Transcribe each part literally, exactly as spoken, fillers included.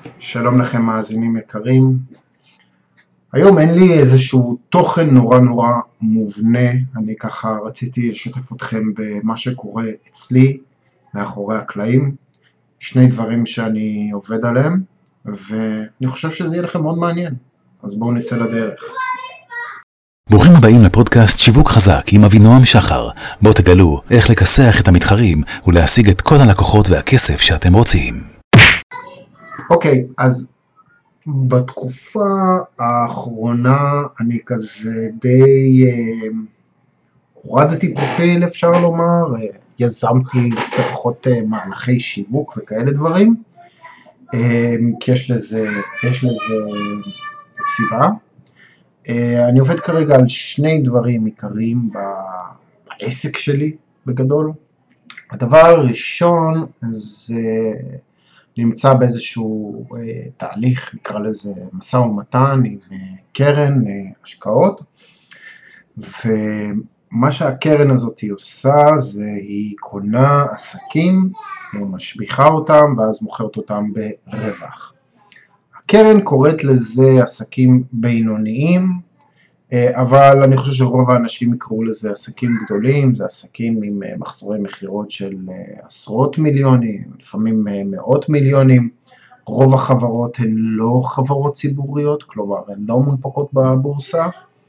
שלום לכם מאזינים יקרים. היום אין לי איזשהו תוכן נורא נורא מובנה, אני ככה רציתי לשתף אתכם במה שקורה אצלי מאחורי הקלעים, שני דברים שאני עובד עליהם ואני חושב שזה יהיה לכם מאוד מעניין, אז בואו נצא לדרך. ברוכים הבאים לפודקאסט שיווק חזק עם אבינועם שחר, בואו תגלו איך לכסח את המתחרים ולהשיג את כל הלקוחות והכסף שאתם רוצים. אוקיי, אז בתקופה האחרונה אני כזה די אה, הורדתי פרופיל, אפשר לומר, אה, יזמתי לפחות אה, מהלכי שיווק וכאלה דברים, אה, כי יש לזה, יש לזה סיבה. אה, אני עובד כרגע על שני דברים עיקריים בעסק שלי בגדול. הדבר הראשון זה נמצא באיזשהו אה, תהליך, נקרא לזה משא ומתן עם אה, קרן אה, השקעות, ומה שהקרן הזאת היא עושה זה היא קונה עסקים, משביחה אותם ואז מוכרת אותם ברווח. הקרן קוראת לזה עסקים בינוניים, אבל אני חושב שרוב האנשים יקראו לזה עסקים גדולים, זה עסקים עם מחזורי מחירות של עשרות מיליונים, לפעמים מאות מיליונים. רוב החברות הן לא חברות ציבוריות, כלומר הן לא מונפקות בבורסה,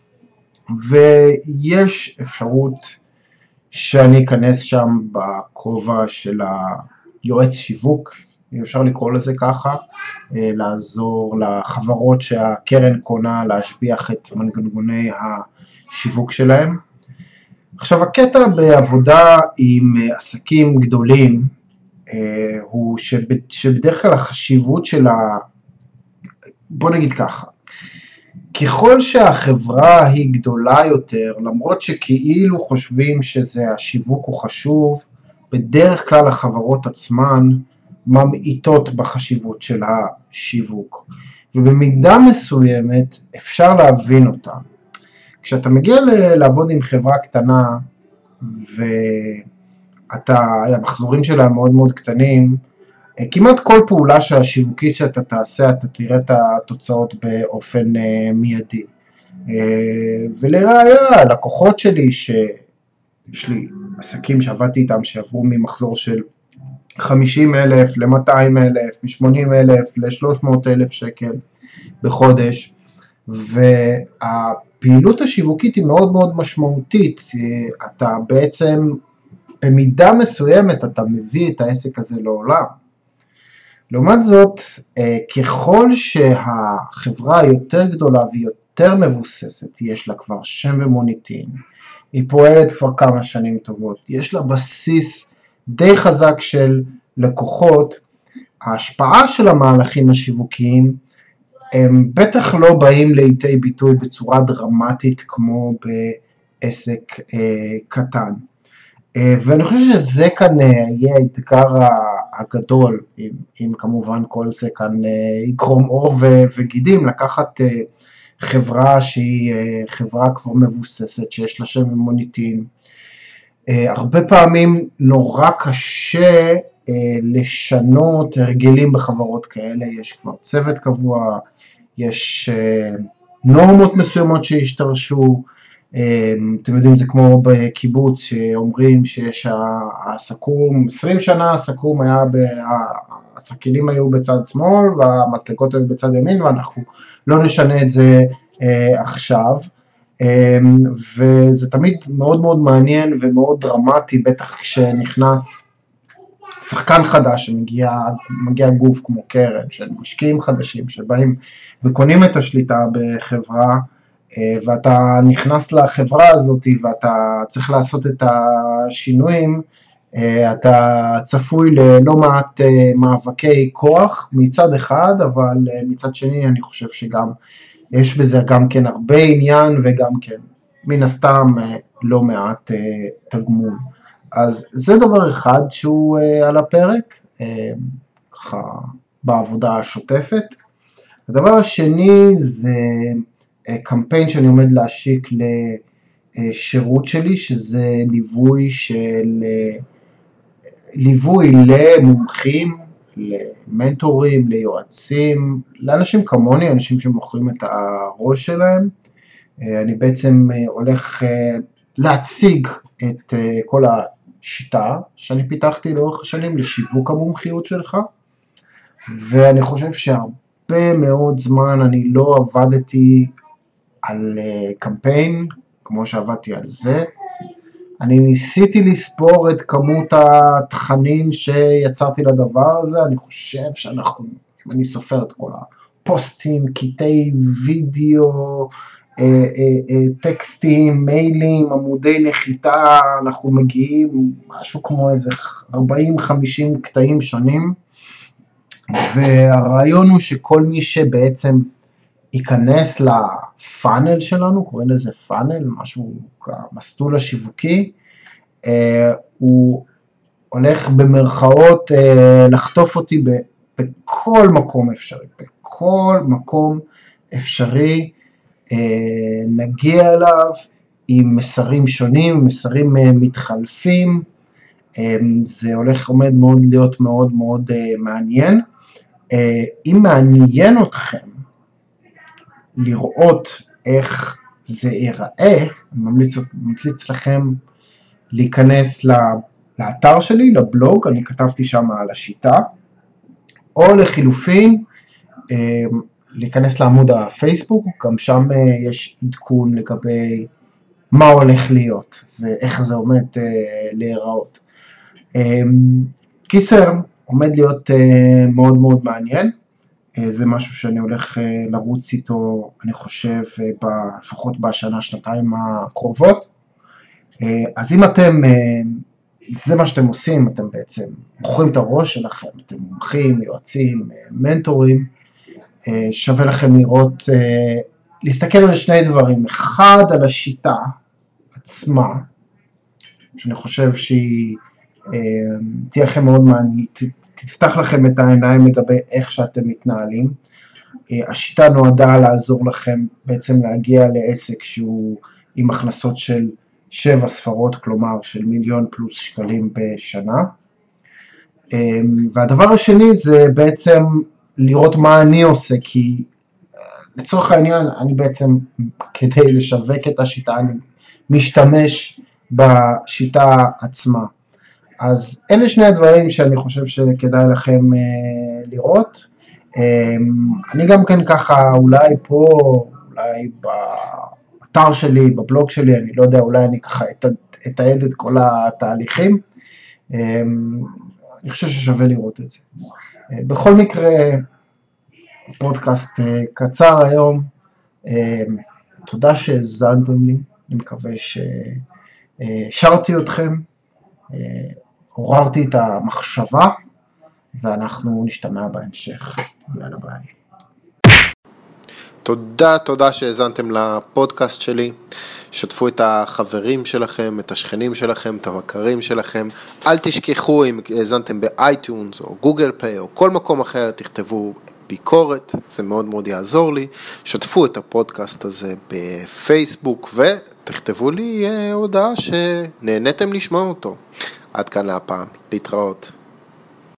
ויש אפשרות שאני אכנס שם בכובע של היועץ שיווק, אם אפשר לקרוא לזה ככה, לעזור לחברות שהקרן קונה להשביח את מנגנוני השיווק שלהם. עכשיו הקטע בעבודה עם עסקים גדולים הוא שבדרך כלל החשיבות של ה... בוא נגיד ככה, ככל שהחברה היא גדולה יותר, למרות שכאילו חושבים שזה השיווק הוא חשוב, בדרך כלל החברות עצמן ממעיטות בחשיבות של השיווק, ובמידה מסוימת אפשר להבין אותם. כשאתה מגיע לעבוד עם חברה קטנה, ואתה, המחזורים שלה מאוד מאוד קטנים, כמעט כל פעולה שהשיווקית שאתה תעשה, אתה תראה את התוצאות באופן מיידי. ולראיה, הלקוחות שלי, שיש לי עסקים שעבדתי איתם, שעברו ממחזור של חמישים אלף ל-מאתיים אלף, מ-שמונים אלף ל-שלוש מאות אלף שקל בחודש, והפעילות השיווקית היא מאוד מאוד משמעותית. אתה בעצם, במידה מסוימת, אתה מביא את העסק הזה לעולם. לעומת זאת, ככל שהחברה יותר גדולה ויותר מבוססת, יש לה כבר שם ומוניטין, היא פועלת כבר כמה שנים טובות, יש לה בסיס די חזק של לקוחות, ההשפעה של המהלכים השיווקיים הם בטח לא באים לידי ביטוי בצורה דרמטית כמו בעסק אה, קטן. אה, ואני חושב שזה כאן אה, יהיה האתגר הגדול, אם, אם כמובן כל זה כאן אה, יקרום עור ו, וגידים, לקחת אה, חברה שהיא אה, חברה כבר מבוססת, שיש לה שם ומוניטין. אה, הרבה פעמים נורא קשה אה, לשנות הרגלים בחברות כאלה, יש כבר צוות קבוע, יש אה, נורמות מסוימות שהשתרשו, אה, אתם יודעים, זה כמו בקיבוץ שאומרים שיש הסכו"ם, עשרים שנה הסכו"ם היה, הסכינים היו בצד שמאל והמסלקות היו בצד ימין, ואנחנו לא נשנה את זה אה, עכשיו. וזה תמיד מאוד מאוד מעניין ומאוד דרמטי, בטח כשנכנס שחקן חדש שמגיע מגיע גוף כמו קרן של משקיעים חדשים שבאים וקונים את השליטה בחברה, ואתה נכנס לחברה הזאת ואתה צריך לעשות את השינויים, אתה צפוי ללא מעט מאבקי כוח מצד אחד, אבל מצד שני אני חושב שגם יש בזה גם כן הרבה עניין וגם כן מן הסתם לא מעט תגמול. אז זה דבר אחד שהוא על הפרק, ככה בעבודה השוטפת. הדבר השני זה קמפיין שאני עומד להשיק לשירות שלי, שזה ליווי של ליווי למומחים למנטורים, ליועצים, לאנשים כמוני, אנשים שמוכרים את הראש שלהם. אני בעצם הולך להציג את כל השיטה שאני פיתחתי לאורך השנים לשיווק המומחיות שלך, ואני חושב שהרבה מאוד זמן אני לא עבדתי על קמפיין כמו שעבדתי על זה. אני ניסיתי לספור את כמות התכנים שיצרתי לדבר הזה. אני חושב שאנחנו, אם אני סופר את כל הפוסטים, קטעי וידאו, טקסטים, מיילים, עמודי נחיתה, אנחנו מגיעים משהו כמו איזה ארבעים חמישים קטעים שונים, והרעיון הוא שכל מי שבעצם ייכנס לפאנל שלנו, קוראים לזה פאנל, משהו כמסלול השיווקי, הוא הולך במרכאות לחטוף אותי בכל מקום אפשרי, בכל מקום אפשרי, נגיע אליו עם מסרים שונים, מסרים מתחלפים. זה הולך עומד מאוד להיות מאוד מאוד מעניין. אם מעניין אתכם לראות איך זה ייראה, אני ממליץ, ממליץ לכם להיכנס לאתר שלי, לבלוג, אני כתבתי שם על השיטה, או לחילופין, להיכנס לעמוד הפייסבוק, גם שם יש עדכון לגבי מה הולך להיות, ואיך זה עומד להיראות. קיסר עומד להיות מאוד מאוד מעניין, זה משהו שאני הולך לרוץ איתו, אני חושב, לפחות בשנה, שנתיים הקרובות. אז אם אתם, זה מה שאתם עושים, אתם בעצם מוכרים את הראש שלכם, אתם מומחים, יועצים, מנטורים, שווה לכם לראות, להסתכל על שני דברים, אחד על השיטה עצמה, שאני חושב שהיא תהיה לכם מאוד מעניינת, תפתח לכם את העיניים לגבי איך שאתם מתנהלים. השיטה נועדה לעזור לכם בעצם להגיע לעסק שהוא עם הכנסות של שבע ספרות, כלומר של מיליון פלוס שקלים בשנה. והדבר השני זה בעצם לראות מה אני עושה, כי לצורך העניין אני בעצם כדי לשווק את השיטה אני משתמש בשיטה עצמה. אז אלה שני הדברים שאני חושב שכדאי לכם אה, לראות. אה, אני גם כן ככה אולי פה, אולי באתר שלי, בבלוג שלי, אני לא יודע, אולי אני ככה אתעד את כל התהליכים. אה, אני חושב ששווה לראות את זה. אה, בכל מקרה, פודקאסט אה, קצר היום. אה, תודה שהזנתם לי, אני מקווה ששרתי אתכם. אה, עוררתי את המחשבה, ואנחנו נשתמע בהמשך. יאללה ביי. תודה, תודה שהזנתם לפודקאסט שלי. שתפו את החברים שלכם, את השכנים שלכם, את המכרים שלכם. אל תשכחו אם הזנתם באייטיונס או גוגל פליי או כל מקום אחר, תכתבו ביקורת, זה מאוד מאוד יעזור לי. שתפו את הפודקאסט הזה בפייסבוק ותכתבו לי הודעה שנהניתם לשמוע אותו. עד כאן להפעם, להתראות.